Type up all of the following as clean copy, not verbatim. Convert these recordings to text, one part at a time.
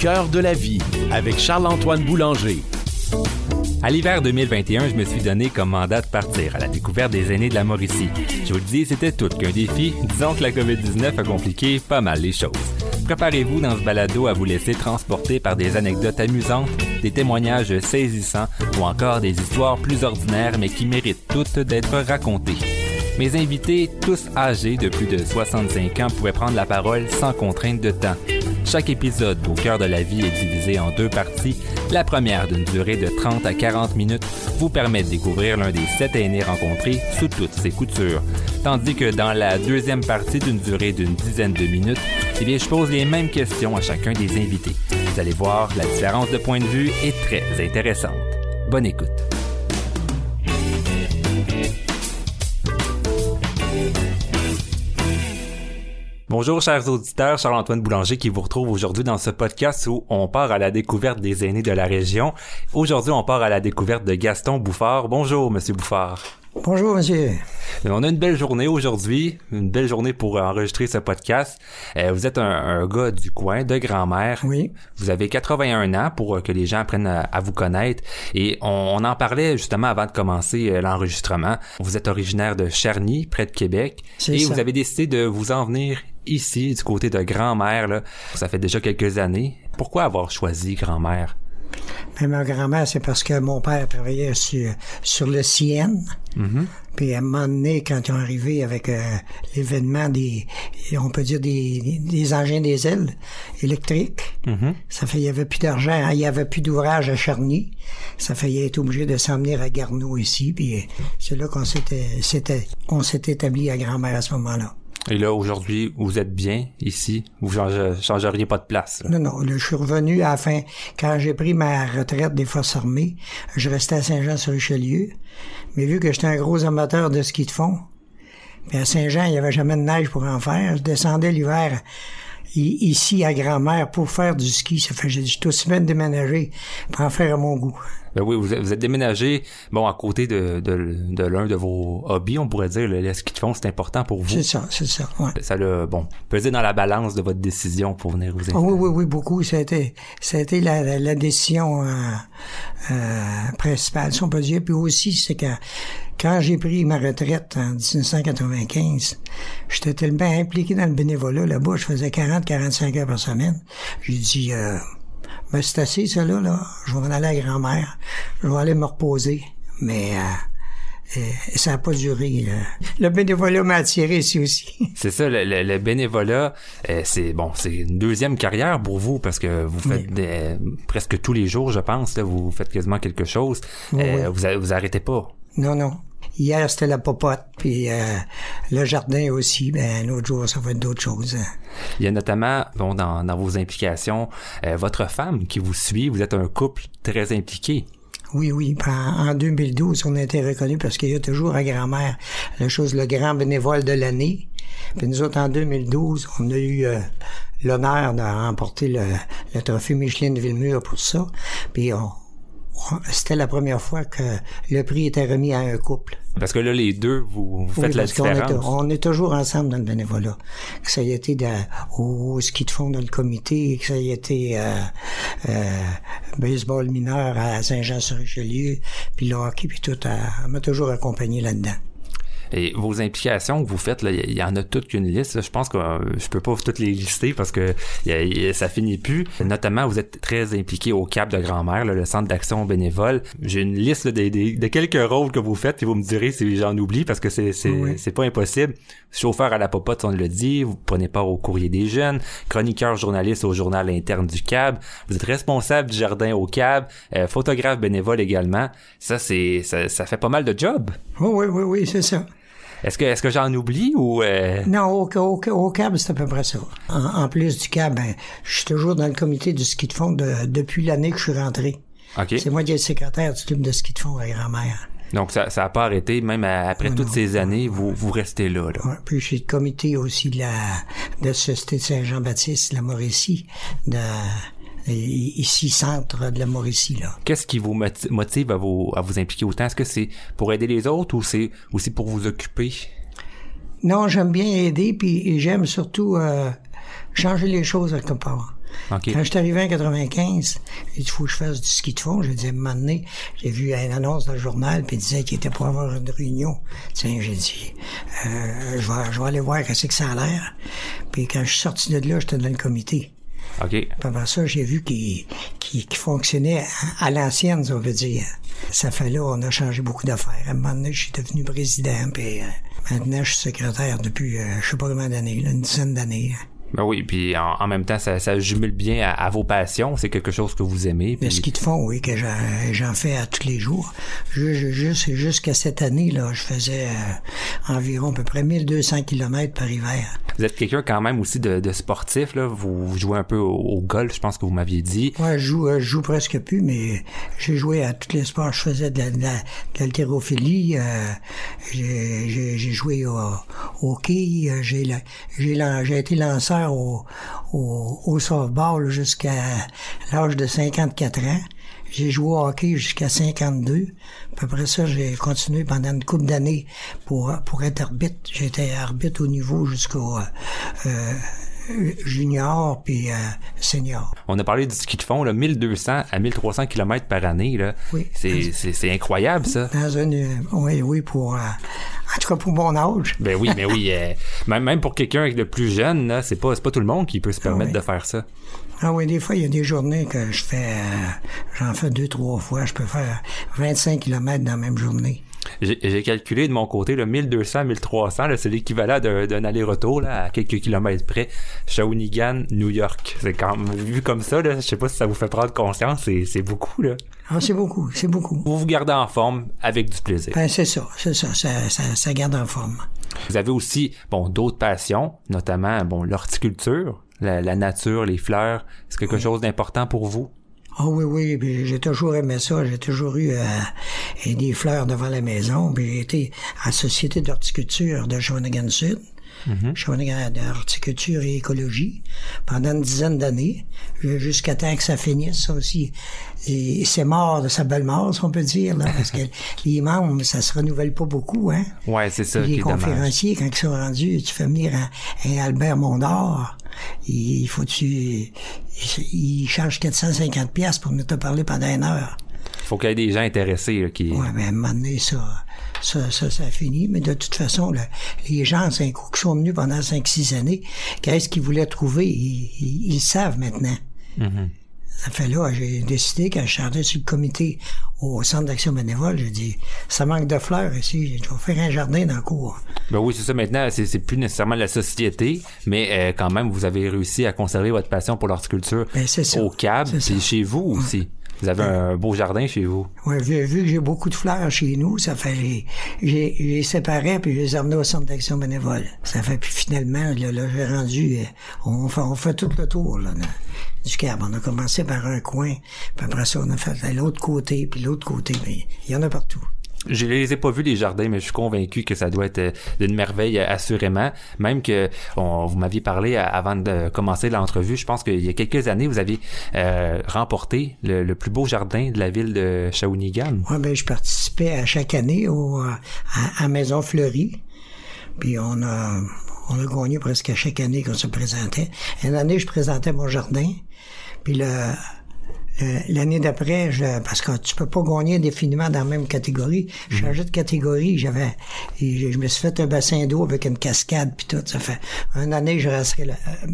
Cœur de la vie avec Charles-Antoine Boulanger. À l'hiver 2021, je me suis donné comme mandat de partir à la découverte des aînés de la Mauricie. Je vous le dis, c'était tout qu'un défi. Disons que la COVID-19 a compliqué pas mal les choses. Préparez-vous dans ce balado à vous laisser transporter par des anecdotes amusantes, des témoignages saisissants ou encore des histoires plus ordinaires mais qui méritent toutes d'être racontées. Mes invités, tous âgés de plus de 65 ans, pouvaient prendre la parole sans contrainte de temps. Chaque épisode au Cœur de la vie est divisé en 2 parties. La première, d'une durée de 30 à 40 minutes, vous permet de découvrir l'un des 7 aînés rencontrés sous toutes ses coutures. Tandis que dans la deuxième partie, d'une durée d'une dizaine de minutes, je pose les mêmes questions à chacun des invités. Vous allez voir, la différence de point de vue est très intéressante. Bonne écoute. Bonjour chers auditeurs, Charles-Antoine Boulanger qui vous retrouve aujourd'hui dans ce podcast où on part à la découverte des aînés de la région. Aujourd'hui, on part à la découverte de Gaston Bouffard. Bonjour, Monsieur Bouffard. Bonjour, monsieur. On a une belle journée aujourd'hui, une belle journée pour enregistrer ce podcast. Vous êtes un gars du coin, de grand-mère. Oui. Vous avez 81 ans pour que les gens apprennent à vous connaître. Et on en parlait justement avant de commencer l'enregistrement. Vous êtes originaire de Charny, près de Québec. C'est et ça. Vous avez décidé de vous en venir ici, du côté de grand-mère, là. Ça fait déjà quelques années. Pourquoi avoir choisi grand-mère? Ben, ma grand-mère, c'est parce que mon père travaillait sur le CN. Mm-hmm. Puis à un moment donné, quand ils ont arrivé avec l'événement on peut dire des engins des ailes électriques, mm-hmm. Ça fait il y avait plus d'argent, il y avait plus d'ouvrage à Charny. Ça fait il a été obligé de s'en venir à Garneau ici. Puis c'est là qu'on s'est établi à grand-mère à ce moment-là. Et là, aujourd'hui, vous êtes bien ici? Vous changeriez pas de place? Là. Non. Là, je suis revenu à la fin. Quand j'ai pris ma retraite des Forces armées, je restais à Saint-Jean-sur-Richelieu. Mais vu que j'étais un gros amateur de ski de fond, puis à Saint-Jean, il y avait jamais de neige pour en faire. Je descendais l'hiver ici à grand-mère pour faire du ski. Ça fait j'ai tout aussi bien de déménager pour en faire à mon goût. Ben oui, vous êtes déménagé, à côté de l'un de vos hobbies, on pourrait dire, le ski de fond, c'est important pour vous. C'est ça, ouais. Ça l'a, pesé dans la balance de votre décision pour venir vous installer. Oui, beaucoup. Ça a été la décision principale, si on peut dire. Puis aussi, c'est que quand j'ai pris ma retraite en 1995, j'étais tellement impliqué dans le bénévolat là-bas, je faisais 40-45 heures par semaine. J'ai dit... Ben, c'est assez, ça, là. Je vais m'en aller à grand-mère. Je vais aller me reposer. Mais ça n'a pas duré. Le bénévolat m'a attiré ici aussi. C'est ça, le bénévolat, c'est une deuxième carrière pour vous parce que vous faites presque tous les jours, je pense. Là, vous faites quasiment quelque chose. Oui. Vous arrêtez pas. Non. Hier, c'était la popote, puis le jardin aussi. Ben, l'autre jour, ça va être d'autres choses. Il y a notamment, dans vos implications, votre femme qui vous suit. Vous êtes un couple très impliqué. Oui. En 2012, on a été reconnus parce qu'il y a toujours à grand-mère le grand bénévole de l'année. Puis nous autres, en 2012, on a eu l'honneur de remporter le trophée Micheline de Villemur pour ça. Puis c'était la première fois que le prix était remis à un couple. Parce que là, les deux, vous faites la différence. On est toujours ensemble dans le bénévolat. Que ça ait été au ski de fond dans le comité, que ça ait été baseball mineur à Saint-Jean-sur-Richelieu, puis le hockey, puis tout. On m'a toujours accompagné là-dedans. Et vos implications que vous faites, là, il y en a toute qu'une liste. Là. Je pense que je peux pas toutes les lister parce que ça finit plus. Notamment, vous êtes très impliqué au CAP de grand-mère, là, le centre d'action bénévole. J'ai une liste là, de quelques rôles que vous faites, puis vous me direz si j'en oublie parce que c'est pas impossible. Chauffeur à la popote, on le dit. Vous prenez part au courrier des jeunes. Chroniqueur journaliste au journal interne du CAB. Vous êtes responsable du jardin au CAB. Photographe bénévole également. Ça fait pas mal de jobs. Oui, c'est ça. Est-ce que j'en oublie ou... Non, au CAB, c'est à peu près ça. En plus du CAB, je suis toujours dans le comité du ski de fond depuis l'année que je suis rentré. Okay. C'est moi qui est le secrétaire du club de ski de fond à grand-mère. Donc ça a pas arrêté, même après toutes ces années, vous restez là. Ouais, puis je suis le comité aussi de la Société de Saint-Jean-Baptiste, la Mauricie, ici, centre de la Mauricie, là. Qu'est-ce qui vous motive à vous impliquer autant? Est-ce que c'est pour aider les autres ou c'est aussi pour vous occuper? Non, j'aime bien aider, puis j'aime surtout changer les choses à quelque part. Okay. Quand je suis arrivé en 95, il faut que je fasse du ski de fond. J'ai dit, à un moment donné, j'ai vu une annonce dans le journal, puis il disait qu'il était pour avoir une réunion. Tiens, j'ai dit, je vais aller voir qu'est-ce que ça a l'air. Puis quand je suis sorti de là, j'étais dans le comité. OK. Puis après ça, j'ai vu qu'il fonctionnait à l'ancienne, ça veut dire. Ça fait là, on a changé beaucoup d'affaires. À un moment donné, je suis devenu président, puis maintenant, je suis secrétaire depuis, je sais pas combien d'années, une dizaine d'années. Ben oui, puis en même temps, ça jumelle bien à vos passions. C'est quelque chose que vous aimez. Puis... Le ski de fond, oui, que j'en fais à tous les jours. Jusqu'à cette année, là, je faisais environ à peu près 1200 km par hiver. Vous êtes quelqu'un quand même aussi de sportif, là. Vous jouez un peu au golf, je pense que vous m'aviez dit. Ouais, je joue presque plus, mais j'ai joué à tous les sports. Je faisais de l'haltérophilie, j'ai joué au hockey, j'ai été lanceur au softball jusqu'à l'âge de 54 ans. J'ai joué au hockey jusqu'à 52. Puis après ça, j'ai continué pendant une couple d'années pour être arbitre. J'étais arbitre au niveau jusqu'au junior puis senior. On a parlé du ski de fond, là, 1200 à 1300 km par année, là. Oui. C'est incroyable, ça. Oui, pour... en tout cas, pour mon âge. Ben oui, mais oui. Même pour quelqu'un de plus jeune, là, c'est pas tout le monde qui peut se permettre de faire ça. Ah oui, des fois, il y a des journées que je fais... j'en fais 2-3 fois. Je peux faire 25 km dans la même journée. J'ai calculé de mon côté, là, 1200, 1300, là, c'est l'équivalent d'un aller-retour, là, à quelques kilomètres près. Shawinigan, New York. C'est quand même, vu comme ça, là, je sais pas si ça vous fait prendre conscience, c'est beaucoup, là. Ah, c'est beaucoup. Vous vous gardez en forme avec du plaisir. Ben, c'est ça, ça garde en forme. Vous avez aussi, d'autres passions, notamment, l'horticulture, la nature, les fleurs. C'est quelque chose d'important pour vous? Ah oui, puis j'ai toujours aimé ça. J'ai toujours eu des fleurs devant la maison. Puis j'ai été à la Société d'horticulture de Shawinigan-Sud. Shawinigan d'horticulture et écologie pendant une dizaine d'années, jusqu'à temps que ça finisse, ça aussi. Et c'est mort de sa belle mort, si on peut dire, là, parce que les membres, ça se renouvelle pas beaucoup, hein. Ouais, c'est ça qui est dommage. Les conférenciers, quand ils sont rendus, tu fais venir un Albert Mondor, il charge 450$ pour venir te parler pendant 1 heure. Il faut qu'il y ait des gens intéressés, là, qui... Ouais, mais à un moment donné, ça a fini. Mais de toute façon, là, les gens, qui sont venus pendant 5-6 années, qu'est-ce qu'ils voulaient trouver? Ils savent maintenant. Mm-hmm. Ça fait là, j'ai décidé, quand je suis sur le comité au Centre d'action bénévole, j'ai dit, ça manque de fleurs ici, je vais faire un jardin dans la cour. Ben oui, c'est ça. Maintenant, c'est plus nécessairement la société, mais quand même, vous avez réussi à conserver votre passion pour l'horticulture au CAB, puis chez vous aussi. Vous avez un beau jardin chez vous. Oui, vu que j'ai beaucoup de fleurs chez nous, ça fait j'ai les séparé puis je les ai emmenés au Centre d'action bénévole. Ça fait, puis finalement, là j'ai rendu, on fait tout le tour, là, du CAB. On a commencé par un coin, puis après ça, on a fait l'autre côté, puis l'autre côté, mais il y en a partout. Je les ai pas vus, les jardins, mais je suis convaincu que ça doit être d'une merveille, assurément. Même que vous m'aviez parlé avant de commencer l'entrevue, je pense qu'il y a quelques années, vous aviez remporté le plus beau jardin de la ville de Shawinigan. Oui, ben je participais à chaque année à Maison Fleurie. Puis on a gagné presque à chaque année qu'on se présentait. Une année, je présentais mon jardin. Puis l'année d'après, parce que tu peux pas gagner indéfiniment dans la même catégorie. Je changeais de catégorie, je me suis fait un bassin d'eau avec une cascade puis tout. Ça fait une année, je resterai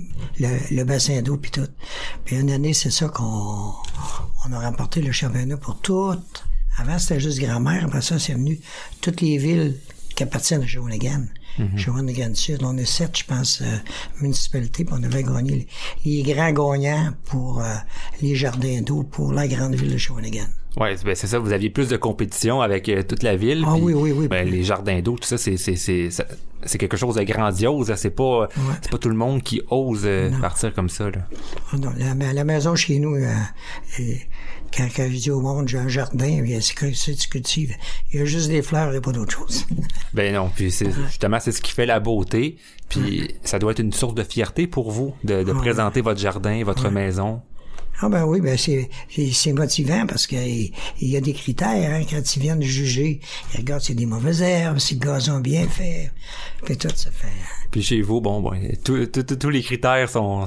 le bassin d'eau puis tout. Puis une année, c'est ça qu'on a remporté le championnat pour toutes. Avant, c'était juste Grand-Mère. Après ça, c'est venu toutes les villes qui appartiennent à Shawinigan. Shawinigan-Sud, on est 7, je pense, municipalités, puis on avait gagné les grands gagnants pour les jardins d'eau pour la grande ville de Shawinigan. Ouais, ben c'est ça, vous aviez plus de compétition avec toute la ville. Ah puis, oui. Ben, les jardins d'eau, tout ça, c'est quelque chose de grandiose. Hein, c'est pas tout le monde qui ose partir comme ça. Là. Ah non, la maison chez nous, quand je dis au monde, j'ai un jardin, c'est tu cultives. Il y a juste des fleurs et pas d'autre chose. Ben non, puis justement, c'est ce qui fait la beauté. Puis ça doit être une source de fierté pour vous de présenter votre jardin, votre maison. Ah ben oui, ben c'est motivant parce qu'il y a des critères, hein, quand ils viennent juger. Ils regardent s'il y a des mauvaises herbes, si le gazon est bien fait, puis tout ça fait... Puis chez vous, tous les critères sont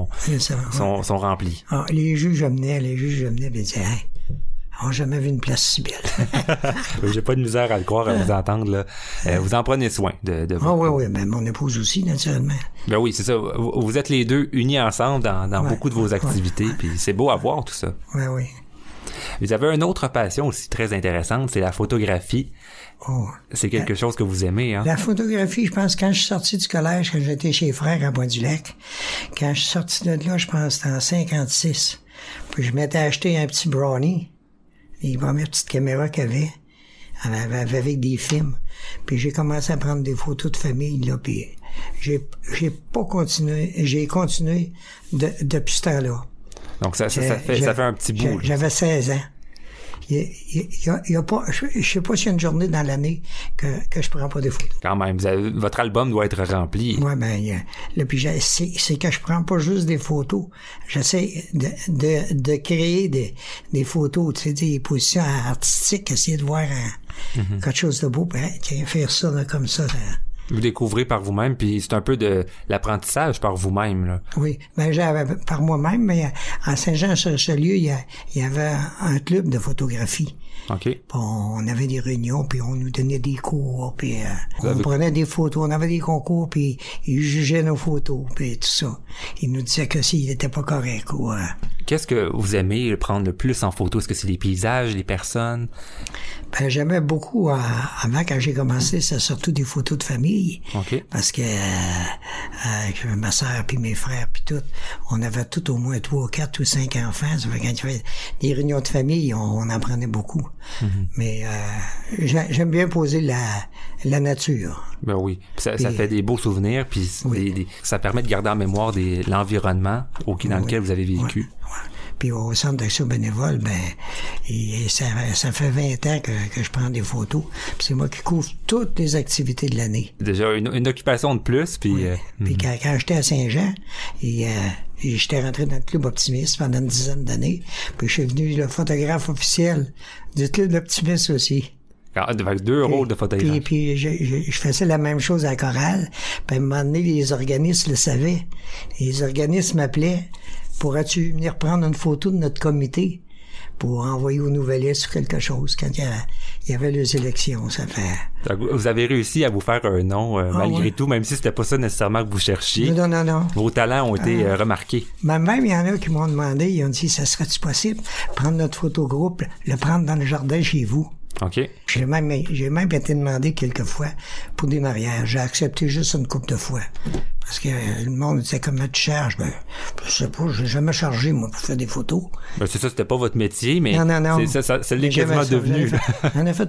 remplis. Ah, les juges amenaient, ils disaient, hey, on n'a jamais vu une place si belle. J'ai pas de misère à le croire, à vous entendre, là. Vous en prenez soin de vous. Ah oui, ben mon épouse aussi, naturellement. Ben oui, c'est ça. Vous êtes les deux unis ensemble dans beaucoup de vos activités, puis c'est beau à voir tout ça. Oui. Vous avez une autre passion aussi très intéressante, c'est la photographie. Oh. C'est quelque chose que vous aimez, hein? La photographie, je pense, quand je suis sorti du collège, quand j'étais chez les Frères à Bois-du-Lac, quand je suis sorti de là, je pense que c'était en 56. Puis je m'étais acheté un petit Brownie, les premières petites caméras qu'il y avait, avec des films. Puis j'ai commencé à prendre des photos de famille, là, puis j'ai pas continué, j'ai continué depuis ce temps-là. Donc ça fait un petit bout. J'avais 16 ans. Il y a pas, je sais pas s'il y a une journée dans l'année que je prends pas des photos. Quand même, votre album doit être rempli. Ouais, ben, là, puis c'est que je prends pas juste des photos. J'essaie de créer des photos, tu sais, des positions artistiques, essayer de voir quelque chose de beau, ben, faire ça, là, comme ça. Vous découvrez par vous-même, puis c'est un peu de l'apprentissage par vous-même, là. Oui, ben j'avais par moi-même, mais à Saint-Jean-sur-Richelieu, il y avait un club de photographie. OK. Puis on avait des réunions, puis on nous donnait des cours, puis on prenait des photos, on avait des concours, puis ils jugeaient nos photos, puis tout ça. Ils nous disaient que s'ils n'étaient pas corrects, ou... Qu'est-ce que vous aimez prendre le plus en photo? Est-ce que c'est les paysages, les personnes? Ben, j'aimais beaucoup, avant, quand j'ai commencé, c'est surtout des photos de famille. Okay. Parce que, avec ma sœur puis mes frères puis tout, on avait tout au moins 3 ou 4 ou 5 enfants. Ça fait quand il y avait des réunions de famille, on en prenait beaucoup. Mm-hmm. Mais, j'aime bien poser la nature. Ben oui. Ça fait des beaux souvenirs, puis oui. Ça permet de garder en mémoire l'environnement dans lequel vous avez vécu. Ouais. Puis au Centre d'action bénévole, ben, ça fait 20 ans que je prends des photos. Puis c'est moi qui couvre toutes les activités de l'année. Déjà une occupation de plus. Puis, oui. Puis quand j'étais à Saint-Jean, et j'étais rentré dans le Club Optimiste pendant une dizaine d'années. Puis je suis devenu le photographe officiel du Club Optimiste aussi. Avec 2 rôles de photographe. Puis je faisais la même chose à la chorale. Puis à un moment donné, les organismes le savaient. Les organismes m'appelaient. Pourrais-tu venir prendre une photo de notre comité pour envoyer aux Nouvelliste ou quelque chose quand il y avait les élections, ça fait... Donc, vous avez réussi à vous faire un nom malgré tout, même si c'était pas ça nécessairement que vous cherchiez. Non. Vos talents ont été remarqués. Même il y en a qui m'ont demandé, ils ont dit, ça serait-tu possible, prendre notre photogroupe, le prendre dans le jardin chez vous? OK. J'ai même été demandé quelques fois pour des mariages. J'ai accepté juste une couple de fois. Parce que le monde disait comment tu charges. Ben, je sais pas, j'ai jamais chargé, moi, pour faire des photos. Ben, c'est ça, c'était pas votre métier, mais non. Ça l'est quasiment devenu. J'en ai fait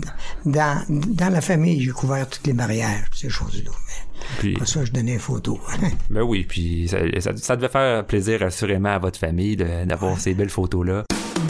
dans la famille, j'ai couvert tous les mariages, ces choses-là. Puis, pour ça, je donnais des photos. Ben oui, puis ça devait faire plaisir assurément à votre famille d'avoir ces belles photos-là.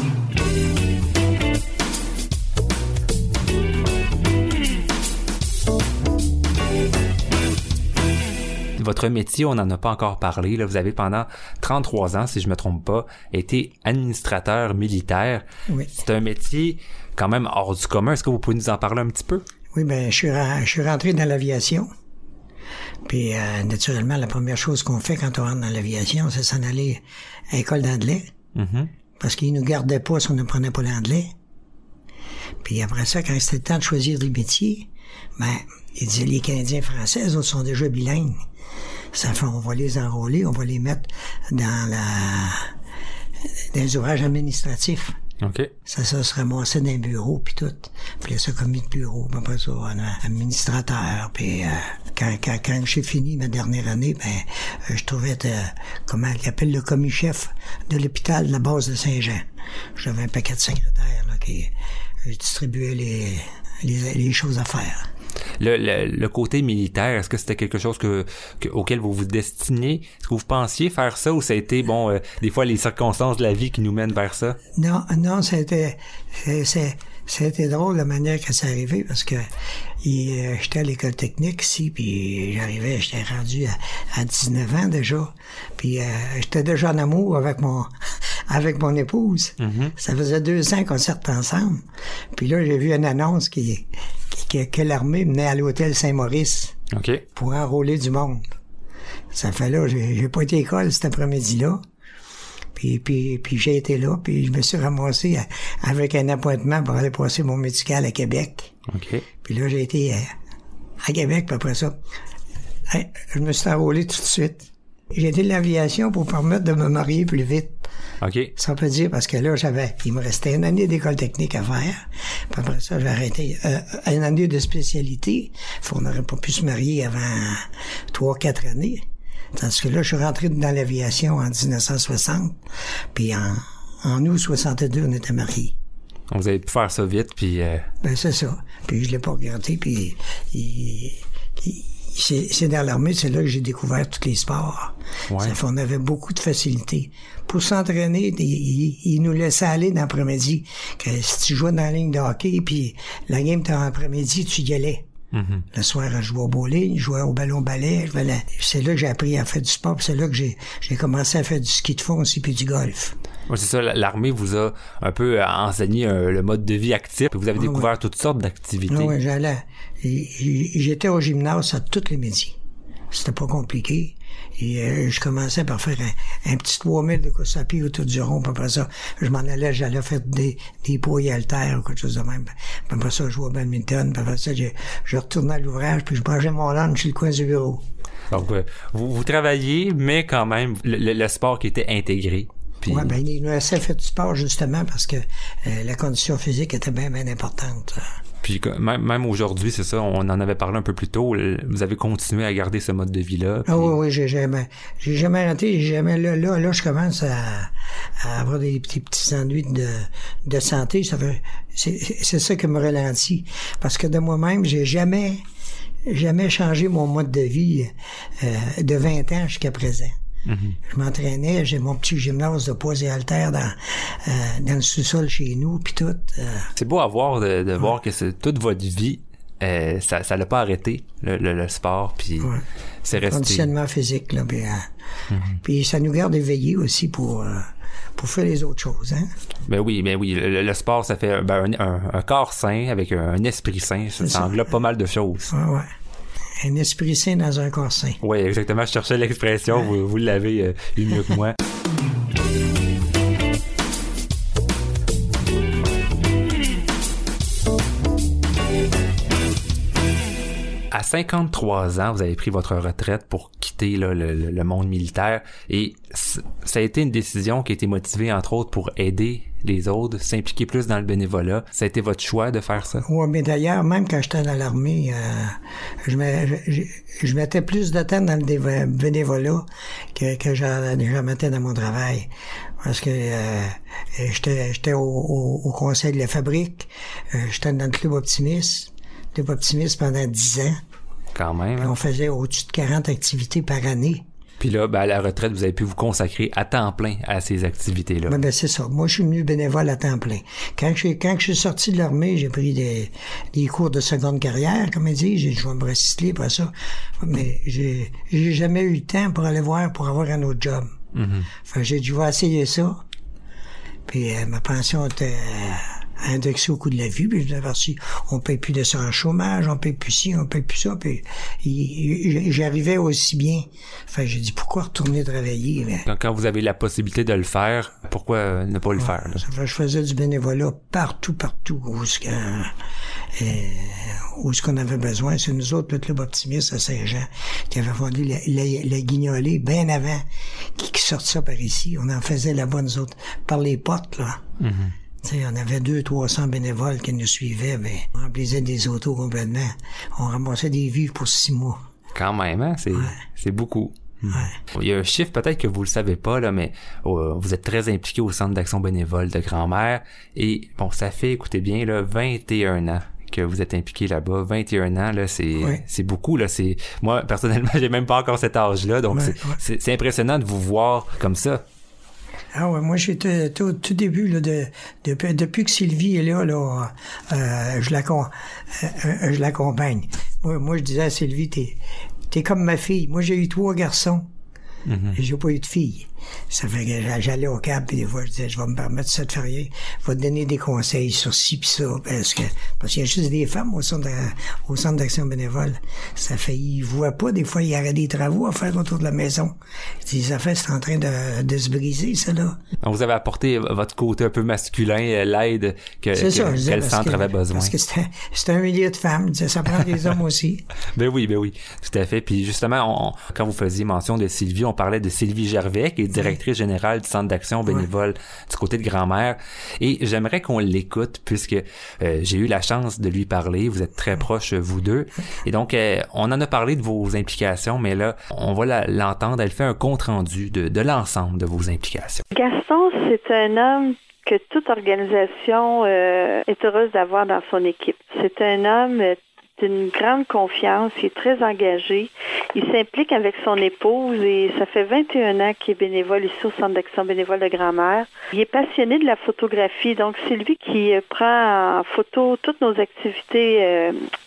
Votre métier, on n'en a pas encore parlé. Là, vous avez pendant 33 ans, si je me trompe pas, été administrateur militaire. Oui. C'est un métier quand même hors du commun. Est-ce que vous pouvez nous en parler un petit peu? Oui, ben je suis rentré dans l'aviation. Puis naturellement, la première chose qu'on fait quand on rentre dans l'aviation, c'est s'en aller à l'école d'anglais. Mm-hmm. Parce qu'ils nous gardaient pas si on ne prenait pas l'anglais. Puis après ça, quand c'était le temps de choisir des métiers, ben ils disaient les Canadiens français, eux autres sont déjà bilingues. Ça fait, on va les enrôler, on va les mettre dans les ouvrages administratifs. OK. Ça se ramassait dans un bureau, puis tout. Puis là, ça, commis de bureau, puis après ça, on a administrateur, puis quand j'ai fini ma dernière année, je trouvais comment ils appellent le commis-chef de l'hôpital de la base de Saint-Jean. J'avais un paquet de secrétaires, là, qui distribuaient les choses à faire. Le côté militaire, est-ce que c'était quelque chose auquel vous vous destinez? Est-ce que vous pensiez faire ça ou ça a été, des fois les circonstances de la vie qui nous mènent vers ça? Non, ça a été drôle la manière que ça arrivé parce que j'étais à l'école technique ici, puis j'étais rendu à 19 ans déjà, puis j'étais déjà en amour avec avec mon épouse. Ça faisait 2 ans qu'on sortait ensemble. Puis là, j'ai vu une annonce que l'armée menait à l'hôtel Saint-Maurice pour enrôler du monde. Ça fait là, j'ai pas été à l'école cet après-midi-là. Puis j'ai été là, puis je me suis ramassé avec un appointement pour aller passer mon médical à Québec. Puis là, j'ai été à Québec, puis après ça, je me suis enrôlé tout de suite. J'ai été de l'aviation pour permettre de me marier plus vite. Ça peut dire, parce que là, il me restait 1 année d'école technique à faire. Puis après ça, j'ai arrêté 1 année de spécialité. On n'aurait pas pu se marier avant 3-4 années. Tandis que là, je suis rentré dans l'aviation en 1960, puis en août 62, on était mariés. Vous avez pu faire ça vite, puis... Ben, c'est ça. Puis je l'ai pas regardé, puis c'est dans l'armée, c'est là que j'ai découvert tous les sports. Ça fait on avait beaucoup de facilité. Pour s'entraîner, ils nous laissaient aller dans l'après-midi. Que si tu jouais dans la ligne de hockey, puis la game était en après-midi, tu y allais. Le soir, je jouais au bowling, je jouais au ballon-ballet. C'est là que j'ai appris à faire du sport, puis c'est là que j'ai commencé à faire du ski de fond aussi, puis du golf. Oui, c'est ça. L'armée vous a un peu enseigné le mode de vie actif, puis vous avez découvert toutes sortes d'activités. Oui, j'allais. J'étais au gymnase tous les midis. C'était pas compliqué. Et je commençais par faire un petit 3000 de course à pied autour du rond. Puis après ça, j'allais faire des poids et haltères ou quelque chose de même. Puis après ça, je jouais au badminton. Puis après ça, je retournais à l'ouvrage, puis je mangeais mon lunch sur le coin du bureau. Donc, vous travaillez, mais quand même, le sport qui était intégré. Puis... Oui, ben, il nous laissait faire du sport justement parce que la condition physique était bien, bien importante. Puis même aujourd'hui, c'est ça, on en avait parlé un peu plus tôt, vous avez continué à garder ce mode de vie-là. Puis... oui, j'ai jamais arrêté, là, je commence à avoir des petits ennuis de santé. C'est ça qui me ralentit. Parce que de moi-même, j'ai jamais changé mon mode de vie de 20 ans jusqu'à présent. Je m'entraînais, j'ai mon petit gymnase de poids et haltères dans le sous-sol chez nous, puis tout. C'est beau à voir de voir que toute votre vie, ça l'a pas arrêté, le sport, puis c'est resté. Conditionnement physique, là, puis ça nous garde éveillés aussi pour faire les autres choses, hein. Ben oui, le sport, ça fait un corps sain avec un esprit sain, ça englobe pas mal de choses. Ouais. Un esprit sain dans un corps sain. Oui, exactement. Je cherchais l'expression. Vous l'avez eu mieux que moi. À 53 ans, vous avez pris votre retraite pour quitter le monde militaire et ça a été une décision qui a été motivée, entre autres, pour aider les autres, s'impliquer plus dans le bénévolat. Ça a été votre choix de faire ça? Oui, mais d'ailleurs, même quand j'étais dans l'armée, je mettais plus de temps dans le bénévolat que j'en mettais dans mon travail. Parce que j'étais au conseil de la fabrique, j'étais dans le Club Optimiste pendant 10 ans. Quand même. Puis on faisait au-dessus de 40 activités par année. Puis là, à la retraite, vous avez pu vous consacrer à temps plein à ces activités-là. Ben c'est ça. Moi, je suis venu bénévole à temps plein. Quand je suis sorti de l'armée, j'ai pris des cours de seconde carrière, comme on dit. J'ai joué à Brasilia, après ça. Mais j'ai jamais eu le temps pour aller voir, pour avoir un autre job. Fait que j'ai dû essayer ça. Puis ma pension était indexée au coût de la vie, puis je me suis dit, on paye plus d'assurance chômage, on paye plus ci, on paye plus ça, puis j'arrivais aussi bien. Fait que j'ai dit, pourquoi retourner travailler? Mais... Quand vous avez la possibilité de le faire, pourquoi ne pas le faire? Là? Ça fait que je faisais du bénévolat partout, où ce qu'on avait besoin. C'est nous autres, le Club Optimiste à Saint-Jean, qui avait fondé la Guignolée bien avant qui sortent ça par ici. On en faisait là-bas, nous autres, par les portes, là. T'sais, on avait 200-300 bénévoles qui nous suivaient, mais on remplissait des autos complètement. On ramassait des vivres pour 6 mois. Quand même, hein? C'est beaucoup. Il y a un chiffre, peut-être que vous le savez pas, là, mais vous êtes très impliqué au Centre d'action bénévole de Grand-Mère. Et bon, ça fait, écoutez bien, là, 21 ans que vous êtes impliqué là-bas. 21 ans, là, c'est beaucoup, là. Moi, personnellement, j'ai même pas encore cet âge-là, donc c'est impressionnant de vous voir comme ça. Ah ouais, moi j'étais tout début là depuis que Sylvie est là je l'accompagne. Moi je disais à Sylvie, t'es comme ma fille. Moi j'ai eu 3 garçons. Et j'ai pas eu de fille. Ça fait que j'allais au câble, puis des fois, je disais, je vais me permettre ça de faire rien. Je vais te donner des conseils sur ci pis ça, parce qu'il y a juste des femmes au centre d'action bénévole. Ça fait, ils voient pas, des fois, il y aurait des travaux à faire autour de la maison. Les affaires, c'est en train de se briser, ça, là. Donc, vous avez apporté votre côté un peu masculin, l'aide que le centre avait besoin. Parce que c'est un milieu de femmes, ça prend des hommes aussi. Ben oui, tout à fait. Puis justement, quand vous faisiez mention de Sylvie, on parlait de Sylvie Gervais, qui est directrice générale du Centre d'action bénévole du côté de Grand-Mère. Et j'aimerais qu'on l'écoute, puisque j'ai eu la chance de lui parler. Vous êtes très proches, vous deux. Et donc, on en a parlé de vos implications, mais là, on va l'entendre. Elle fait un compte-rendu de l'ensemble de vos implications. Gaston, c'est un homme que toute organisation est heureuse d'avoir dans son équipe. C'est un homme d'une grande confiance, il est très engagé. Il s'implique avec son épouse et ça fait 21 ans qu'il est bénévole ici au Centre d'action bénévole de Grand-Mère. Il est passionné de la photographie, donc c'est lui qui prend en photo toutes nos activités,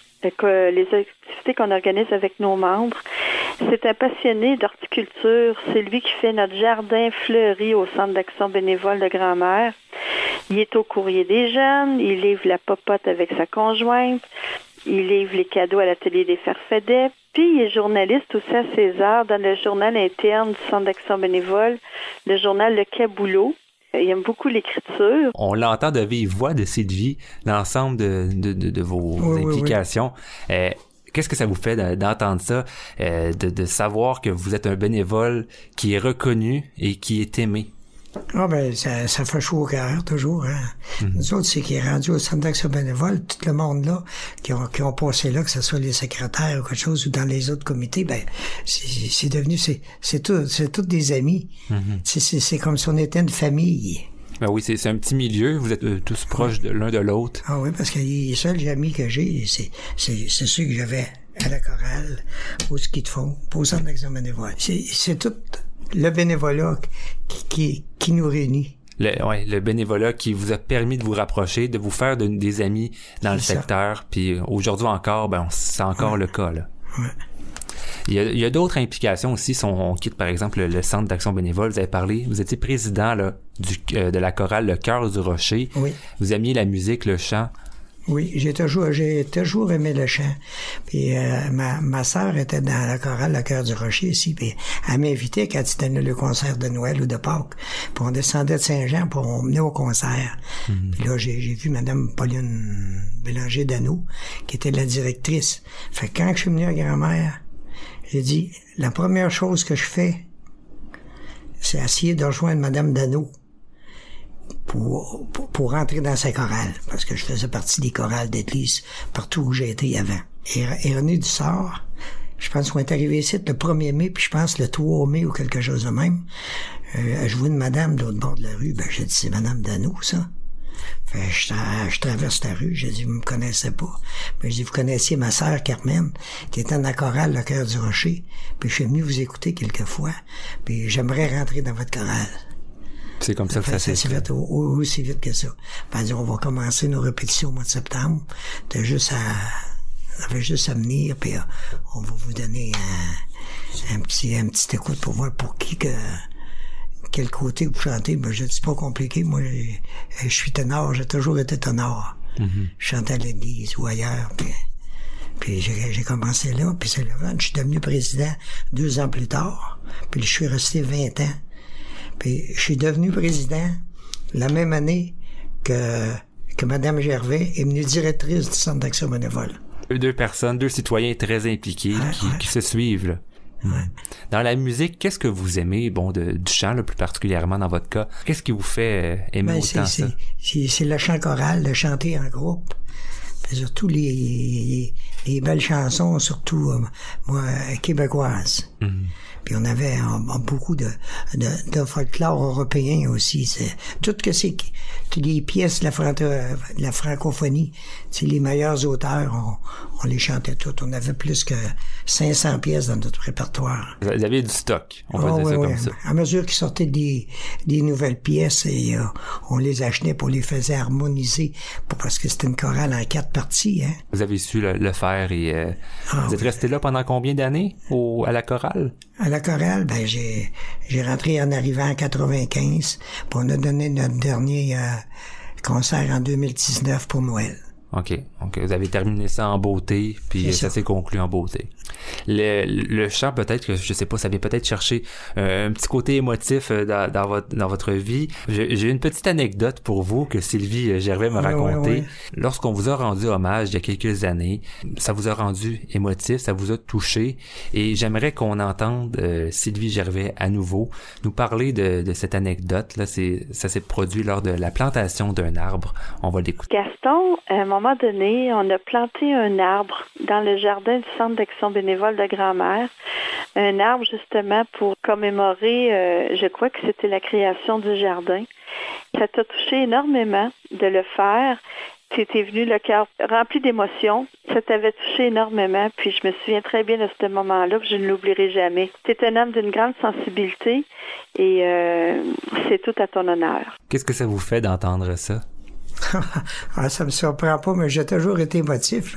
les activités qu'on organise avec nos membres. C'est un passionné d'horticulture. C'est lui qui fait notre jardin fleuri au Centre d'action bénévole de Grand-Mère. Il est au courrier des jeunes, il livre la popote avec sa conjointe. Il livre les cadeaux à l'atelier des Farfadets. Puis, il est journaliste aussi à César dans le journal interne du Centre d'action bénévole, le journal Le Caboulot. Il aime beaucoup l'écriture. On l'entend de vive voix de Sylvie, l'ensemble de vos implications. Oui. Qu'est-ce que ça vous fait d'entendre ça, de savoir que vous êtes un bénévole qui est reconnu et qui est aimé? Ah ben ça fait chaud au cœur toujours, hein. Nous autres, c'est qui est rendu au Centre d'action bénévole, tout le monde là, qui ont passé là, que ce soit les secrétaires ou quelque chose, ou dans les autres comités, ben c'est devenu, c'est tous des amis. C'est comme si on était une famille. Ben oui, c'est un petit milieu, vous êtes tous proches de l'un de l'autre. Ah oui, parce que les seuls amis que j'ai, c'est ceux que j'avais à la chorale, au ski de fond, au Centre d'action bénévole. C'est tout le bénévolat qui nous réunit. Le bénévolat qui vous a permis de vous rapprocher, de vous faire des amis dans le secteur. Puis aujourd'hui encore, c'est encore le cas, là. Ouais. Il y a d'autres implications aussi. Si on quitte par exemple le Centre d'action bénévole, vous avez parlé, vous étiez président là, de la chorale Le Cœur du Rocher. Oui. Vous aimiez la musique, le chant. Oui, j'ai toujours aimé le chant. Puis ma sœur était dans la chorale Le Cœur du Rocher ici, puis elle m'invitait quand il tenait le concert de Noël ou de Pâques. Puis on descendait de Saint-Jean pour on venait au concert. Puis là, j'ai vu Madame Pauline Bélanger-Dano, qui était la directrice. Fait que quand je suis venu à Grand-Mère, j'ai dit, la première chose que je fais, c'est essayer de rejoindre Madame Dano pour rentrer dans sa chorale, parce que je faisais partie des chorales d'église partout où j'ai été avant. Et René Dussart, je pense qu'on est arrivé ici le 1er mai, puis je pense le 3 mai ou quelque chose de même. Je vois une madame de l'autre bord de la rue, j'ai dit, c'est Madame Dano, ça. Fait je traverse la rue, j'ai dit, vous me connaissez pas. Mais j'ai dit, vous connaissiez ma sœur Carmen, qui était dans la chorale Le Cœur du Rocher, puis je suis venu vous écouter quelquefois, puis j'aimerais rentrer dans votre chorale. C'est comme ça que ça s'est fait. Aussi vite que ça. On va commencer nos répétitions au mois de septembre. T'as juste à venir, puis on va vous donner un petit écoute pour voir pour quel côté vous chantez. Je dis pas compliqué. Moi, je suis ténor. J'ai toujours été ténor. Je chantais à l'église ou ailleurs. Puis j'ai commencé là. Puis c'est le vent. Je suis devenu président 2 ans plus tard. Puis je suis resté 20 ans. Puis je suis devenu président la même année que Mme Gervais est venue directrice du Centre d'action bénévole. 2 personnes, 2 citoyens très impliqués qui se suivent, là. Ouais. Dans la musique, qu'est-ce que vous aimez, du chant, là, plus particulièrement dans votre cas? Qu'est-ce qui vous fait aimer autant ça? C'est le chant choral, le chanter en groupe. Puis surtout les belles chansons, surtout québécoises. Puis on avait beaucoup de folklore européen aussi. C'est tout que c'est toutes les pièces de la francophonie. C'est les meilleurs auteurs, on les chantait toutes. On avait plus que 500 pièces dans notre répertoire. Vous aviez du stock, on va dire ça comme ça. À mesure qu'ils sortaient des nouvelles pièces, et on les achetait pour les faire harmoniser, parce que c'était une chorale en 4 parties. Hein. Vous avez su le faire et vous êtes resté là pendant combien d'années à la chorale? À la chorale, ben j'ai rentré en arrivant en 95, puis on a donné notre dernier concert en 2019 pour Noël. OK. Vous avez terminé ça en beauté, puis ça s'est conclu en beauté. Le chant, peut-être que, je sais pas, ça vient peut-être chercher un petit côté émotif dans votre vie. J'ai une petite anecdote pour vous que Sylvie Gervais m'a racontée. Oui. Lorsqu'on vous a rendu hommage il y a quelques années, ça vous a rendu émotif, ça vous a touché, et j'aimerais qu'on entende Sylvie Gervais à nouveau nous parler de cette anecdote. Là, ça s'est produit lors de la plantation d'un arbre. On va l'écouter. Gaston, à un moment donné, on a planté un arbre dans le jardin du Centre d'action bénévole de Grand-Mère. Un arbre, justement, pour commémorer, je crois que c'était la création du jardin. Ça t'a touché énormément de le faire. Tu étais venu le cœur rempli d'émotions. Ça t'avait touché énormément. Puis je me souviens très bien de ce moment-là, puis je ne l'oublierai jamais. Tu es un homme d'une grande sensibilité et c'est tout à ton honneur. Qu'est-ce que ça vous fait d'entendre ça? Ça me surprend pas, mais j'ai toujours été émotif.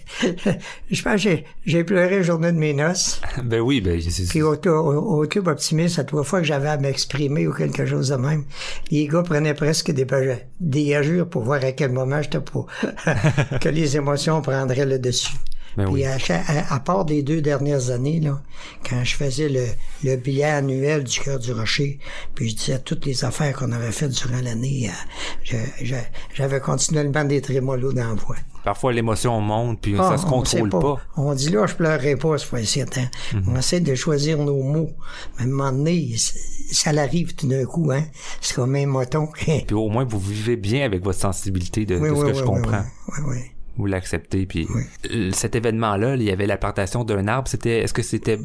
Je pense que j'ai pleuré la journée de mes noces. Ben oui, c'est... Puis au Club Optimiste, à 3 fois que j'avais à m'exprimer ou quelque chose de même, les gars prenaient presque des gageures pour voir à quel moment j'étais pour que les émotions prendraient le dessus. Ben puis oui. à part des 2 dernières années, là, quand je faisais le bilan annuel du Cœur du Rocher, puis je disais toutes les affaires qu'on avait faites durant l'année, j'avais continuellement des trémolos dans la voix. Parfois, l'émotion monte, puis ça se contrôle pas. On dit là, je pleurerai pas, c'est pas certain. On essaie de choisir nos mots. Mais à un moment donné, ça l'arrive tout d'un coup, hein. C'est comme un moton. Puis au moins, vous vivez bien avec votre sensibilité de ce que je comprends. Oui. Vous l'acceptez, puis cet événement-là, il y avait la plantation d'un arbre. Est-ce que c'était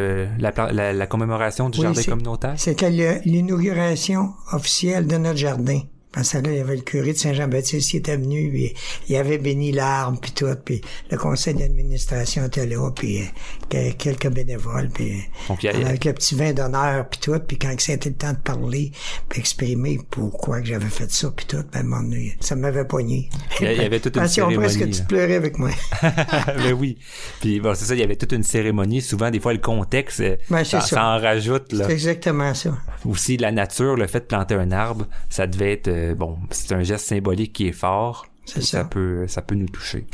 la commémoration du jardin communautaire? C'était l'inauguration officielle de notre jardin. Parce que là, il y avait le curé de Saint-Jean-Baptiste qui était venu, puis il avait béni l'arbre, puis tout, puis le conseil d'administration était là, puis quelques bénévoles, puis avec le petit vin d'honneur, puis tout, puis quand c'était le temps de parler, puis exprimer pourquoi que j'avais fait ça, puis tout, ben, à un moment donné, ça m'avait pogné. Il y avait toute une cérémonie. Presque tu pleurais avec moi. Mais oui. Puis bon, c'est ça, il y avait toute une cérémonie. Souvent, des fois, le contexte, ça en rajoute, là. C'est exactement ça. Aussi, la nature, le fait de planter un arbre, ça devait être... c'est un geste symbolique qui est fort. C'est ça. Ça peut nous toucher.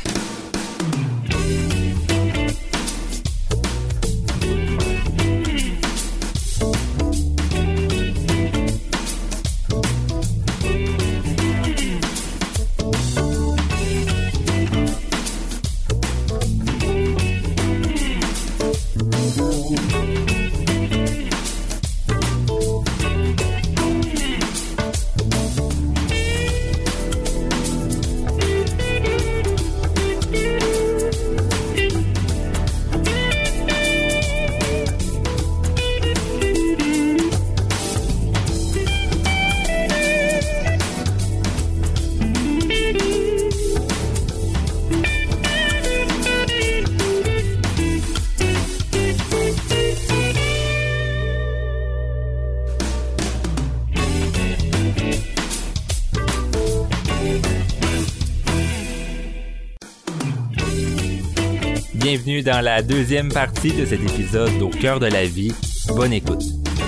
Bienvenue dans la deuxième partie de cet épisode Au cœur de la vie. Bonne écoute.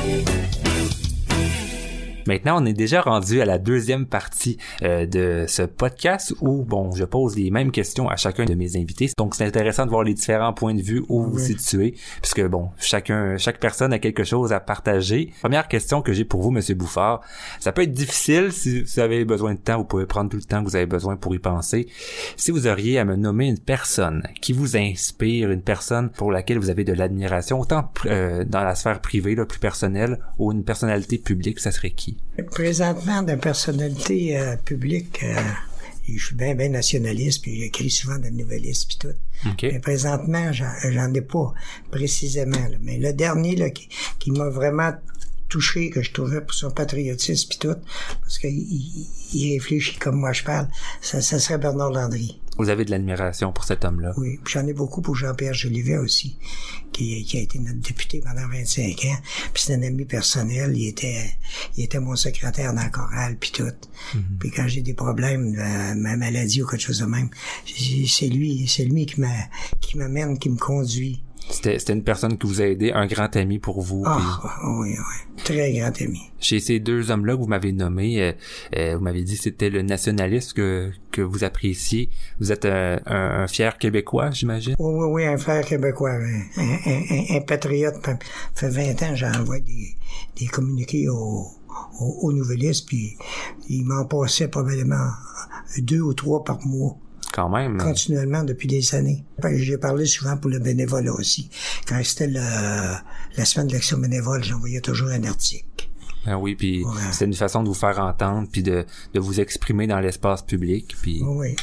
Maintenant, on est déjà rendu à la deuxième partie de ce podcast où, je pose les mêmes questions à chacun de mes invités. Donc, c'est intéressant de voir les différents points de vue où vous vous situez, puisque, chaque personne a quelque chose à partager. Première question que j'ai pour vous, Monsieur Bouffard. Ça peut être difficile si vous avez besoin de temps. Vous pouvez prendre tout le temps que vous avez besoin pour y penser. Si vous auriez à me nommer une personne qui vous inspire, une personne pour laquelle vous avez de l'admiration, autant dans la sphère privée, là, plus personnelle, ou une personnalité publique, ça serait qui? Présentement, de personnalité publique, je suis bien nationaliste, puis j'écris souvent dans le Nouvelliste, puis tout. Okay. Mais présentement, j'en ai pas précisément. Là. Mais le dernier là, qui m'a vraiment touché, que je trouvais pour son patriotisme, puis tout, parce qu'il réfléchit comme moi je parle, ça serait Bernard Landry. Vous avez de l'admiration pour cet homme-là. Oui, puis j'en ai beaucoup pour Jean-Pierre Jolivet aussi, qui a été notre député pendant 25 ans. Puis c'est un ami personnel, il était mon secrétaire dans la chorale, puis tout. Mm-hmm. Puis quand j'ai des problèmes, ma maladie ou quelque chose de même, c'est lui qui m'amène, qui me conduit. C'était une personne qui vous a aidé, un grand ami pour vous. Oui. Très grand ami. Chez ces deux hommes-là que vous m'avez nommés, vous m'avez dit que c'était le nationalisme que vous appréciez. Vous êtes un fier Québécois, j'imagine? Oui, un fier Québécois. Un patriote. Ça fait 20 ans, j'envoie des communiqués aux nouvellistes, puis ils m'en passaient probablement 2 ou 3 par mois. Quand même. Continuellement depuis des années. J'ai parlé souvent pour le bénévolat aussi. Quand c'était la semaine de l'action bénévole, j'envoyais toujours un article. Ah oui, puis c'est une façon de vous faire entendre, puis de vous exprimer dans l'espace public. Puis... Oui.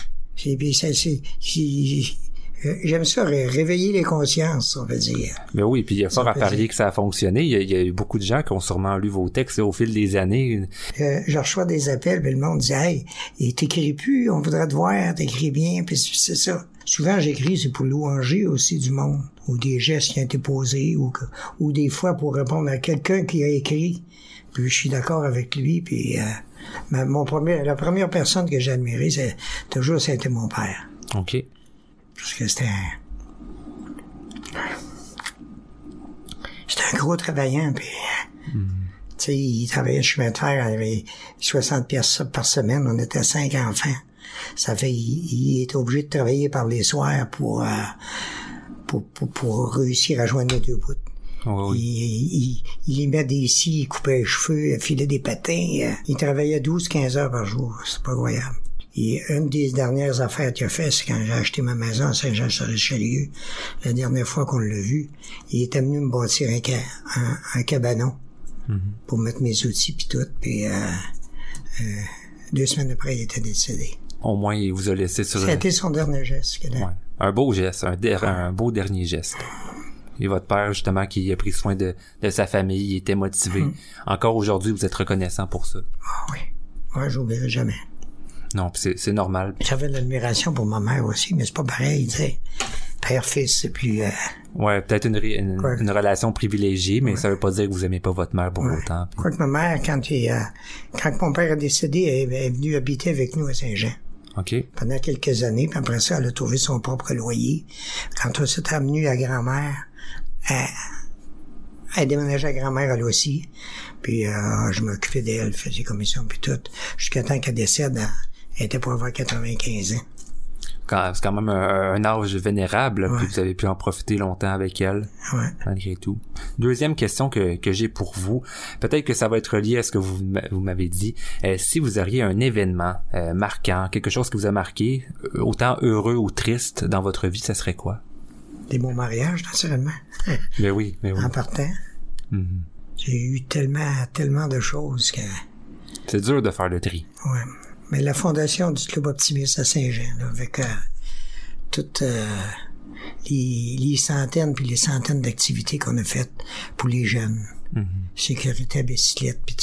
J'aime ça, réveiller les consciences, on va dire. Mais oui, puis il y a fort à parier que ça a fonctionné. Il y a eu beaucoup de gens qui ont sûrement lu vos textes au fil des années. Je reçois des appels, puis le monde dit « Hey, t'écris plus, on voudrait te voir, t'écris bien », puis c'est ça. Souvent, j'écris, c'est pour louanger aussi du monde, ou des gestes qui ont été posés, ou des fois pour répondre à quelqu'un qui a écrit. Puis je suis d'accord avec lui, puis la première personne que j'ai admirée, c'était mon père. OK. Parce que c'était un gros travaillant, puis tu sais, il travaillait chemin de fer, il avait 60 pièces par semaine, on était 5 enfants. Ça fait, il était obligé de travailler par les soirs pour réussir à joindre les deux bouts. Oh oui. Il aimait des scies, il coupait les cheveux, il filait des patins, il travaillait 12-15 heures par jour, c'est pas croyable. Et une des dernières affaires qu'il a fait, c'est quand j'ai acheté ma maison à Saint-Jean-sur-Richelieu. La dernière fois qu'on l'a vu, il était venu me bâtir un cabanon pour mettre mes outils puis tout. Puis 2 semaines après, il était décédé. Au moins, il vous a laissé sur... C'était son dernier geste. Ouais. Un beau geste, un beau dernier geste. Et votre père, justement, qui a pris soin de sa famille, il était motivé. Encore aujourd'hui, vous êtes reconnaissant pour ça. Ah oui. Ouais, j'oublierai jamais. Non, puis c'est normal. J'avais de l'admiration pour ma mère aussi, mais c'est pas pareil, tu sais. Père-fils, c'est plus... Ouais, peut-être une relation privilégiée, mais ça veut pas dire que vous aimez pas votre mère pour autant. Puis... Quoique ma mère, quand mon père est décédé, elle est venue habiter avec nous à Saint-Jean. OK. Pendant quelques années, puis après ça, elle a trouvé son propre loyer. Quand on s'est amené à grand-mère, elle déménageait à grand-mère elle aussi. Puis je m'occupais d'elle, faisais commissions puis tout. Jusqu'à temps qu'elle décède, elle était pour avoir 95 ans. C'est quand même un âge vénérable, puis vous avez pu en profiter longtemps avec elle, malgré tout. Deuxième question que j'ai pour vous, peut-être que ça va être lié à ce que vous m'avez dit. Si vous auriez un événement marquant, quelque chose qui vous a marqué, autant heureux ou triste dans votre vie, ça serait quoi? Des bons mariages, naturellement. Mais oui. En partant. J'ai eu tellement de choses que... C'est dur de faire le tri. Ouais. Mais la fondation du Club Optimiste à Saint-Jean, là, avec toutes les centaines puis les centaines d'activités qu'on a faites pour les jeunes. Sécurité à bicyclette puis tout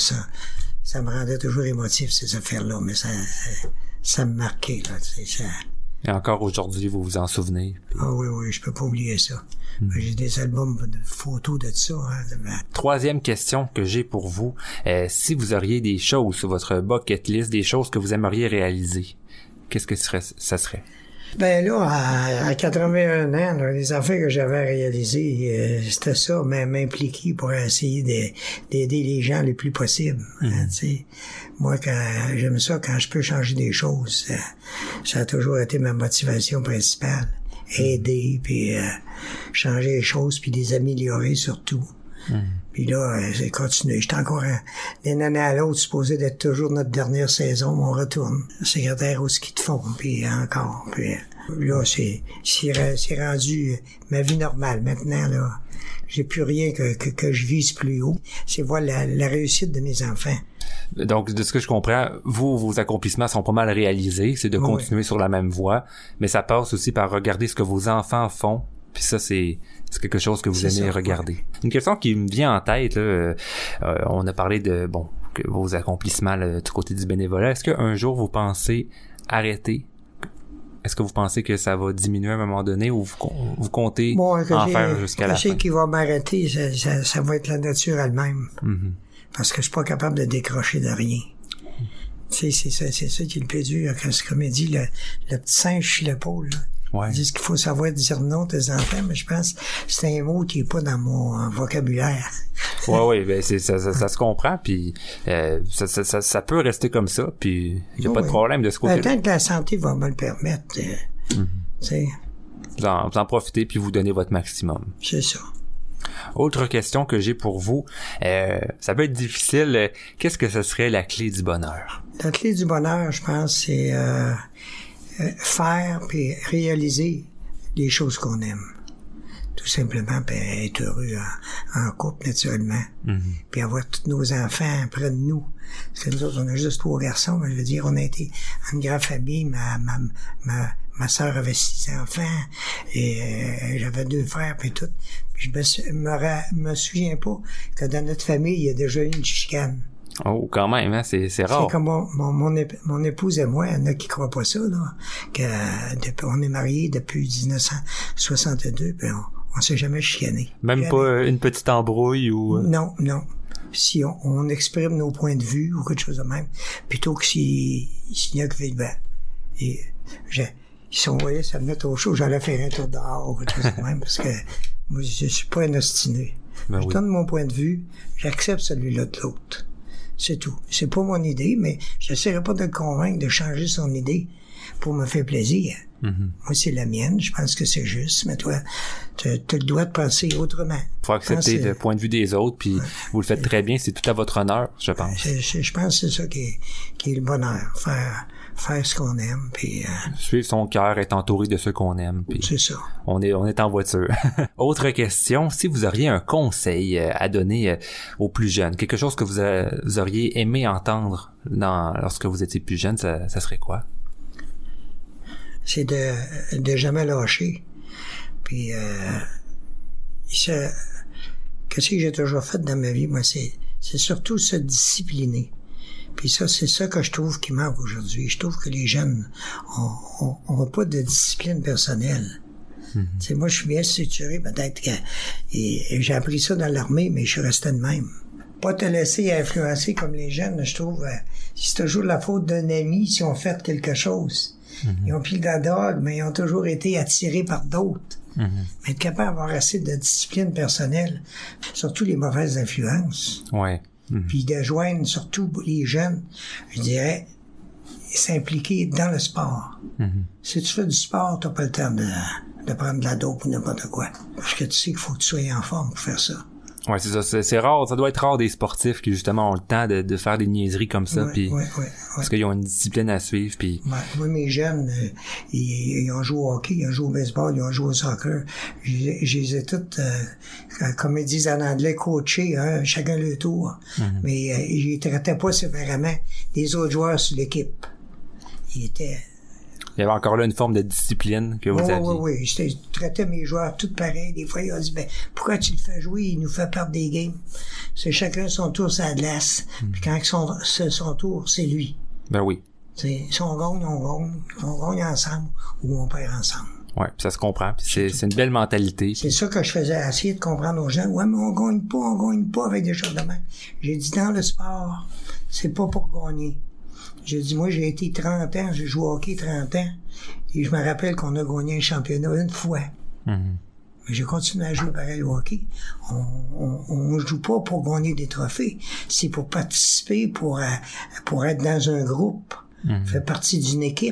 ça me rendait toujours émotif, ces affaires-là, mais ça me marquait, là, tu sais, ça... Et encore aujourd'hui, vous vous en souvenez? Puis... Ah oui, je peux pas oublier ça. J'ai des albums de photos de ça. Troisième question que j'ai pour vous. Si vous auriez des choses sur votre bucket list, des choses que vous aimeriez réaliser, qu'est-ce que ça serait? Ben là, à 81 ans, là, les affaires que j'avais réalisées, c'était ça, m'impliquer pour essayer d'aider les gens le plus possible. Tu sais. Moi, j'aime ça quand je peux changer des choses. Ça a toujours été ma motivation principale. Aider, puis changer les choses, puis les améliorer surtout. Puis là, j'ai continué. J'étais encore d'une année à l'autre supposé d'être toujours notre dernière saison, mais on retourne. Secrétaire au ski de fond, puis encore. Puis là, c'est rendu ma vie normale. Maintenant, là, j'ai plus rien que je vise plus haut. C'est voir la réussite de mes enfants. Donc, de ce que je comprends, vos accomplissements sont pas mal réalisés. C'est de continuer sur la même voie. Mais ça passe aussi par regarder ce que vos enfants font. Puis ça, c'est quelque chose que vous aimez regarder. Ouais. Une question qui me vient en tête, là, on a parlé de vos accomplissements là, du côté du bénévolat. Est-ce qu'un jour vous pensez arrêter? Est-ce que vous pensez que ça va diminuer à un moment donné ou vous comptez en faire jusqu'à la fin? Je sais qu'il va m'arrêter, ça va être la nature elle-même. Parce que je suis pas capable de décrocher de rien. Tu sais, c'est ça qui est le plus dur. Quand c'est comme il dit, le petit singe sur l'épaule, là. Ouais. Ils disent qu'il faut savoir dire non à tes enfants, mais je pense que c'est un mot qui est pas dans mon vocabulaire. Oui, ben ça se comprend, puis ça peut rester comme ça, puis il n'y a pas de problème de ce côté-là. Tant que la santé va me le permettre, tu sais. Vous en profitez, puis vous donnez votre maximum. C'est ça. Autre question que j'ai pour vous, ça peut être difficile, qu'est-ce que ce serait la clé du bonheur? La clé du bonheur, je pense, c'est faire puis réaliser les choses qu'on aime. Tout simplement, puis être heureux en couple, naturellement. Puis avoir tous nos enfants près de nous. Parce que nous autres, on a juste 3 garçons, mais je veux dire, on a été une grande famille. Ma sœur avait 6 enfants, et j'avais 2 frères, puis tout. Puis je me souviens pas que dans notre famille, il y a déjà eu une chicane. Oh, quand même, hein, c'est rare. C'est comme mon épouse et moi, il y en a qui croient pas ça, là, on est mariés depuis 1962, puis on s'est jamais chicané. Même pas une petite embrouille ou... Non. Si on exprime nos points de vue ou quelque chose de même, plutôt que s'il n'y a que et si on voyait ça me mettre au chaud, j'allais faire un tour dehors ou quelque chose de même, parce que moi, je suis pas un obstiné. Je donne mon point de vue, j'accepte celui-là de l'autre. C'est tout. C'est pas mon idée, mais j'essaierai pas de le convaincre de changer son idée pour me faire plaisir. Moi, c'est la mienne. Je pense que c'est juste. Mais toi, tu le dois de penser autrement. Faut accepter le point de vue des autres, puis vous le faites très bien. C'est tout à votre honneur, je pense. Je pense que c'est ça qui est le bonheur. Faire ce qu'on aime, puis... Suivre son cœur, être entouré de ceux qu'on aime. Puis c'est ça. On est en voiture. Autre question, si vous auriez un conseil à donner aux plus jeunes, quelque chose que vous auriez aimé entendre lorsque vous étiez plus jeune, ça serait quoi? C'est de jamais lâcher. Puis, qu'est-ce que j'ai toujours fait dans ma vie, moi, c'est surtout se discipliner. Puis ça, c'est ça que je trouve qui manque aujourd'hui. Je trouve que les jeunes ont pas de discipline personnelle. Tu sais, moi, je suis bien structuré, peut-être que et j'ai appris ça dans l'armée, mais je suis resté de même. Pas te laisser influencer comme les jeunes, je trouve. C'est toujours la faute d'un ami si on fait quelque chose. Ils ont pris la drogue, mais ils ont toujours été attirés par d'autres. Mais être capable d'avoir assez de discipline personnelle, surtout les mauvaises influences. Ouais. Puis de joindre surtout les jeunes, je dirais, s'impliquer dans le sport. Si tu fais du sport, t'as pas le temps de prendre de la dope ou n'importe quoi. Parce que tu sais qu'il faut que tu sois en forme pour faire ça. Ouais, c'est ça. C'est rare. Ça doit être rare des sportifs qui, justement, ont le temps de faire des niaiseries comme ça. Parce qu'ils ont une discipline à suivre. Puis... Moi, mes jeunes, ils ont joué au hockey, ils ont joué au baseball, ils ont joué au soccer. Je les ai toutes, comme ils disent en anglais, coachés, hein, chacun le tour. Mais je les traitais pas sévèrement des autres joueurs sur l'équipe. Il y avait encore là une forme de discipline que vous aviez. Oui. Je traitais mes joueurs tous pareils. Des fois, ils ont dit, pourquoi tu le fais jouer? Il nous fait perdre des games. C'est chacun son tour sur la glace. Puis quand c'est son tour, c'est lui. Ben oui. Si on gagne, on gagne ensemble ou on perd ensemble. Ouais, puis ça se comprend. Puis c'est une belle mentalité. C'est ça que je faisais, essayer de comprendre aux gens. Ouais, mais on gagne pas avec des choses de même. J'ai dit, dans le sport, c'est pas pour gagner. J'ai dit, moi, j'ai été 30 ans, j'ai joué au hockey 30 ans, et je me rappelle qu'on a gagné un championnat une fois. Mais j'ai continué à jouer pareil au hockey. On joue pas pour gagner des trophées, c'est pour participer, pour être dans un groupe, faire partie d'une équipe.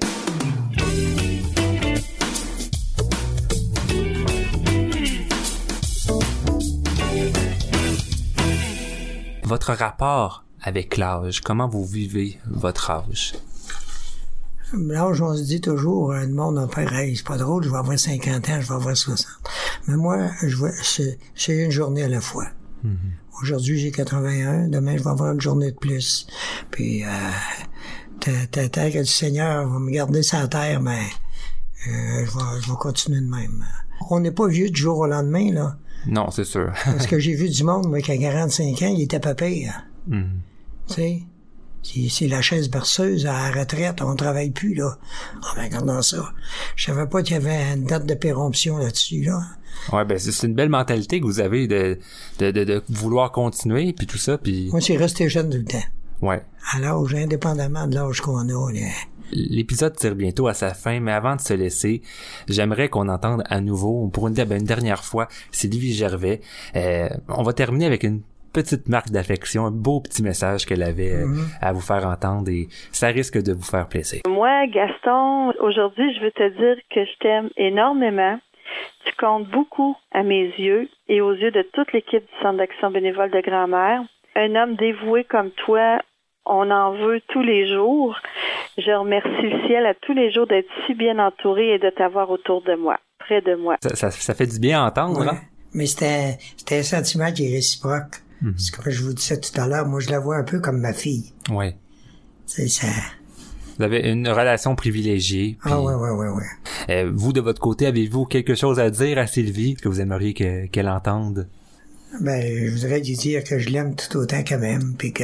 Votre rapport avec l'âge, comment vous vivez votre âge? L'âge, on se dit toujours, le monde a peur, hey, c'est pas drôle, je vais avoir 50 ans, je vais avoir 60. Mais moi, c'est une journée à la fois. Aujourd'hui, j'ai 81, demain, je vais avoir une journée de plus. Puis, tant que le Seigneur va me garder sur la terre, mais je vais continuer de même. On n'est pas vieux du jour au lendemain, là. Non, c'est sûr. Parce que j'ai vu du monde, moi, qui a 45 ans, il était pas pire. Tu sais, c'est la chaise berceuse à la retraite, on travaille plus, là. Regardons ça. Je savais pas qu'il y avait une date de péremption là-dessus, là. Ouais, ben, c'est une belle mentalité que vous avez de vouloir continuer, puis tout ça, puis... Moi, c'est rester jeune tout le temps. Ouais. À l'âge, indépendamment de l'âge qu'on a, là, L'épisode tire bientôt à sa fin, mais avant de se laisser, j'aimerais qu'on entende à nouveau, pour une dernière fois, Sylvie Gervais. On va terminer avec une petite marque d'affection, un beau petit message qu'elle avait à vous faire entendre et ça risque de vous faire plaisir. Moi, Gaston, aujourd'hui, je veux te dire que je t'aime énormément. Tu comptes beaucoup à mes yeux et aux yeux de toute l'équipe du Centre d'action bénévole de Grand-Mère. Un homme dévoué comme toi, on en veut tous les jours. Je remercie le ciel à tous les jours d'être si bien entouré et de t'avoir autour de moi, près de moi. Ça fait du bien à entendre, ouais. Hein? Mais c'était un sentiment qui est réciproque. Parce que comme je vous disais tout à l'heure, moi je la vois un peu comme ma fille. Oui. C'est ça. Vous avez une relation privilégiée. Puis, ouais. Vous, de votre côté, avez-vous quelque chose à dire à Sylvie que vous aimeriez qu'elle entende? Ben, je voudrais lui dire que je l'aime tout autant qu'elle m'aime, puis que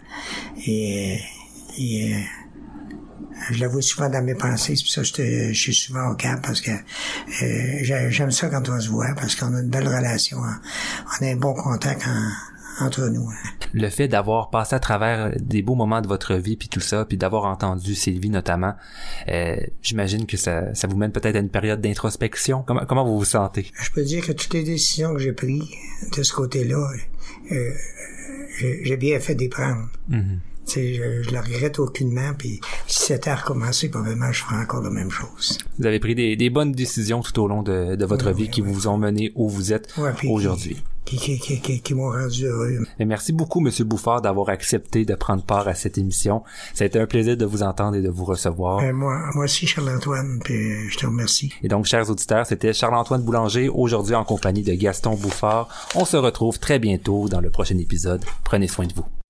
je la vois souvent dans mes pensées, c'est pour ça que je suis souvent au Cap, parce que j'aime ça quand on se voit, parce qu'on a une belle relation, on a un bon contact entre nous. Le fait d'avoir passé à travers des beaux moments de votre vie puis tout ça, puis d'avoir entendu Sylvie notamment, j'imagine que ça vous mène peut-être à une période d'introspection. Comment vous vous sentez? Je peux dire que toutes les décisions que j'ai prises de ce côté-là, j'ai bien fait d'y prendre. Mm-hmm. Je le regrette aucunement, puis si c'était à recommencer, probablement je ferais encore la même chose. Vous avez pris des bonnes décisions tout au long de votre vie qui vous ont mené où vous êtes aujourd'hui. Qui m'ont rendu heureux. Et merci beaucoup, M. Bouffard, d'avoir accepté de prendre part à cette émission. Ça a été un plaisir de vous entendre et de vous recevoir. Moi aussi, Charles-Antoine, puis je te remercie. Et donc, chers auditeurs, c'était Charles-Antoine Boulanger, aujourd'hui en compagnie de Gaston Bouffard. On se retrouve très bientôt dans le prochain épisode. Prenez soin de vous.